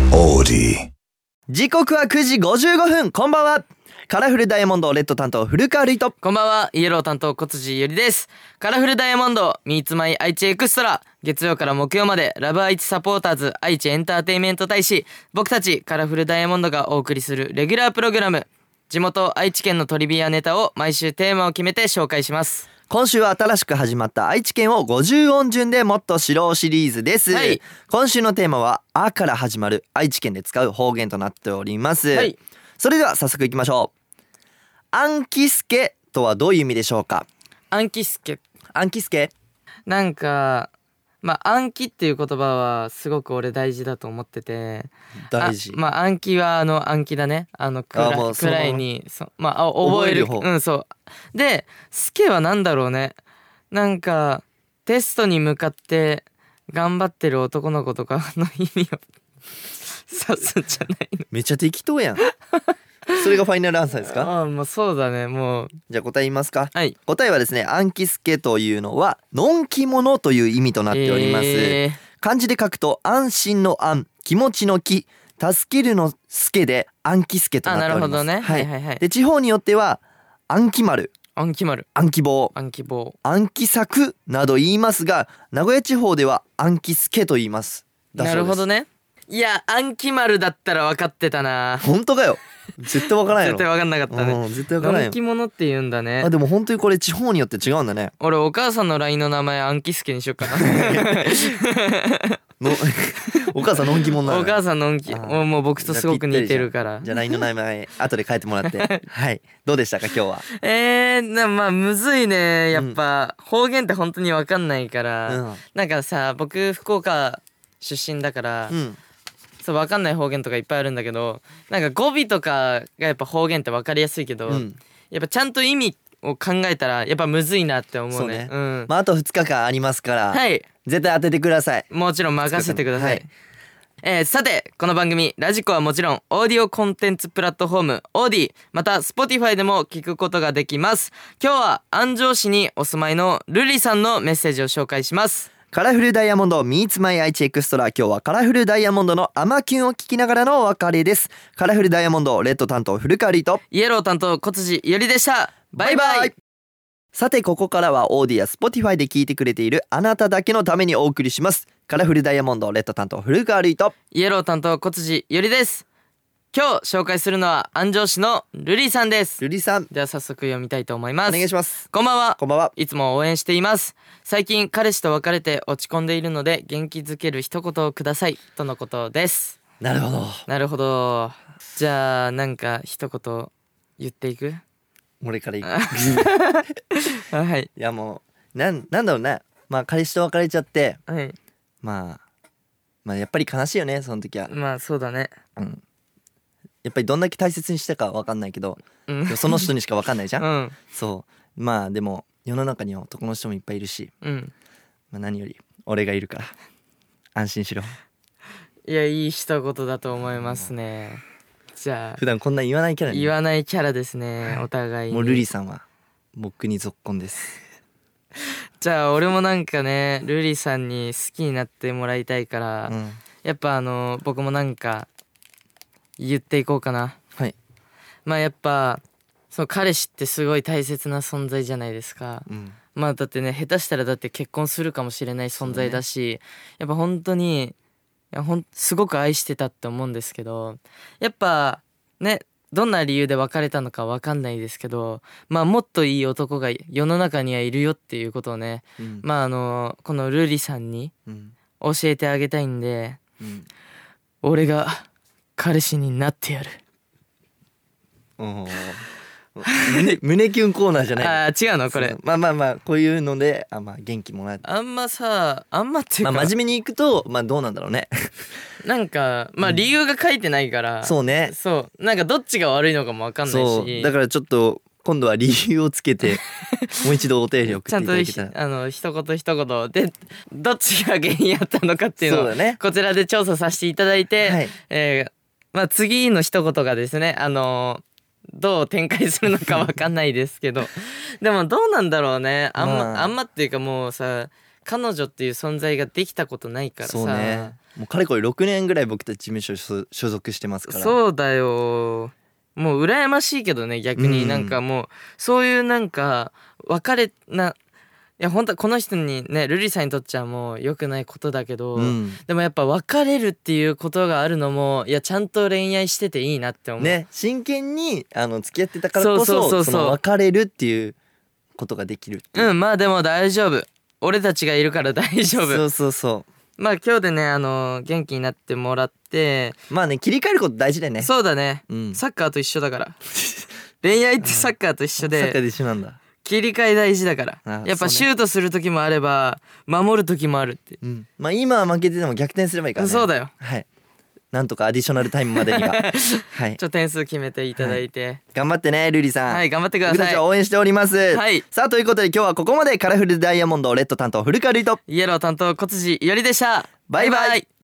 Audi。 時刻は9時55分。こんばんは。カラフルダイヤモンドレッド担当古川瑠衣と、 こんばんは、イエロー担当小辻ゆりです。カラフルダイヤモンド Meets My 愛知エクストラ、月曜から木曜までラブ愛知サポーターズ愛知エンターテインメント大使、僕たちカラフルダイヤモンドがお送りするレギュラープログラム。地元愛知県のトリビアネタを毎週テーマを決めて紹介します。 今週は新しく始まった愛知県を50音順でもっと知ろうシリーズです、 はい、 今週のテーマはあから始まる愛知県で使う方言となっております、 はい、 それでは早速いきましょう。アンキスケとはどういう意味でしょうか？ アンキスケ、 アンキスケ、 なんか暗記っていう言葉はすごく俺大事だと思ってて、 大事。 暗記は暗記だね。くらいに覚える方。 そうで、スケはなんだろうね。なんかテストに向かって頑張ってる男の子とかの意味を指すんじゃないの？ めっちゃ適当やんそれがファイナルアンサーですか？ もうそうだね。もうじゃあ答え言いますか？ はい。 答えはですね、アンキスケというのはのんき者という意味となっております、漢字で書くと安心の安、気持ちの気、助けるの助でアンキスケとなっております。 なるほどね。 はいはいはいはい。 で地方によっては暗記丸、 暗記丸、 暗記棒、 暗記棒、 暗記作など言いますが、名古屋地方では暗記助と言いますだそうです。 なるほどね。いや、暗記丸だったら分かってたな。 本当かよ。絶対分からんやろ。 絶対分かんなかったね。 うん、絶対分からんよ。 暗記物って言うんだね。 あ、でも本当にこれ地方によって違うんだね。 俺お母さんの LINE の名前暗記助にしよっかなのお母さんのんき者なの。 お母さんの暗記、 あーもう僕とすごく似てるから。 じゃあ LINE の名前後で書いてもらってはい、どうでしたか今日は？ むずいね。やっぱ、方言って本当に分かんないから、 うんなんかさ、僕福岡出身だから、 うんそう分かんない方言とかいっぱいあるんだけど、なんか語尾とかがやっぱ方言って分かりやすいけど、やっぱちゃんと意味を考えたらやっぱむずいなって思うね。 まああと2日間ありますから、 はい、 絶対当ててください。 もちろん任せてください。 はい、 さて、この番組ラジコはもちろんオーディオコンテンツプラットフォームオーディ、また Spotify でも聞くことができます。今日は安城市にお住まいのルリさんのメッセージを紹介します。 カラフルダイヤモンド Meets My 愛知エクストラ、今日はカラフルダイヤモンドのアマキュンを聞きながらのお別れです。カラフルダイヤモンドレッド担当古川瑠衣とイエロー担当小辻ゆりでした。バイバイ。 さて、ここからはオーディや Spotify で聞いてくれているあなただけのためにお送りします。カラフルダイヤモンドレッド担当古川瑠衣とイエロー担当小辻ゆりです。今日紹介するのは安城市のルリさんです。 ルリさん、 では早速読みたいと思います。 お願いします。 こんばんは。 こんばんは。 いつも応援しています。最近彼氏と別れて落ち込んでいるので元気づける一言をくださいとのことです。 なるほど。 なるほど。じゃあなんか一言言っていく？ 俺からいくはい。 いやもうなんだろうね。まあ彼氏と別れちゃって、 はい。 まあやっぱり悲しいよね、その時は。 まあそうだね。 やっぱりどんだけ大切にしたか分かんないけど、でもその人にしか分かんないじゃん、そうまあでも世の中には男の人もいっぱいいるし、まあ、何より俺がいるから安心しろ。 いや、いい一言だと思いますね。じゃあ普段こんな言わないキャラに言わないキャラですね、お互いに。 もうルリさんは僕にぞっこんです。 じゃあ俺もなんかね、ルリさんに好きになってもらいたいから、やっぱ僕もなんか言っていこうかな。 はい。 まあやっぱその彼氏ってすごい大切な存在じゃないですか、まあだってね、下手したらだって結婚するかもしれない存在だし、やっぱ本当にすごく愛してたって思うんですけど、やっぱね、どんな理由で別れたのか分かんないですけど、まあもっといい男が世の中にはいるよっていうことをね、まあこのルリさんに教えてあげたいんで、俺が彼氏になってやる。 胸キュンコーナーじゃない。 あー違うのこれ。 まあこういうのでまあ元気もらえて、 あんまっていうか、 まあ真面目にいくとまあどうなんだろうね。 なんかまあ理由が書いてないから、 そうね。 そうなんかどっちが悪いのかも分かんないし、 だからちょっと今度は理由をつけてもう一度お便りを送っていただけたらちゃんと一言一言でどっちが原因やったのかっていうのをこちらで調査させていただいて、まあ次の一言がですね、どう展開するのか分かんないですけどでもどうなんだろうね。あんまっていうかもうさ、 彼女っていう存在ができたことないからさ。 そうね、もうかれこれ6年ぐらい僕たち事務所所属してますから。 そうだよ。もう羨ましいけどね、逆に。なんかもうそういうなんか別れいや本当はこの人にね、ルリさんにとっちゃもう良くないことだけど、でもやっぱ別れるっていうことがあるのも、いやちゃんと恋愛してていいなって思うね。 真剣に付き合ってたからこそ、その別れるっていうことができるっていう。 まあでも大丈夫、俺たちがいるから大丈夫。そうまあ今日でね元気になってもらって、 まあね、切り替えること大事だよね。 そうだね、サッカーと一緒だから恋愛ってサッカーと一緒で、 サッカーで一緒なんだ。 切り替え大事だから。やっぱシュートする時もあれば守る時もあるって、 まあ今は負けてても逆転すればいいからね。 そうだよ。 はい、なんとかアディショナルタイムまでにははい、 点数決めていただいて、 頑張ってねルリさん。 はい、頑張ってください。 僕たちは応援しております。 はい、 さあということで今日はここまで。カラフルダイヤモンドレッド担当古川瑠衣とイエロー担当小辻伊織でした。 バイバイ。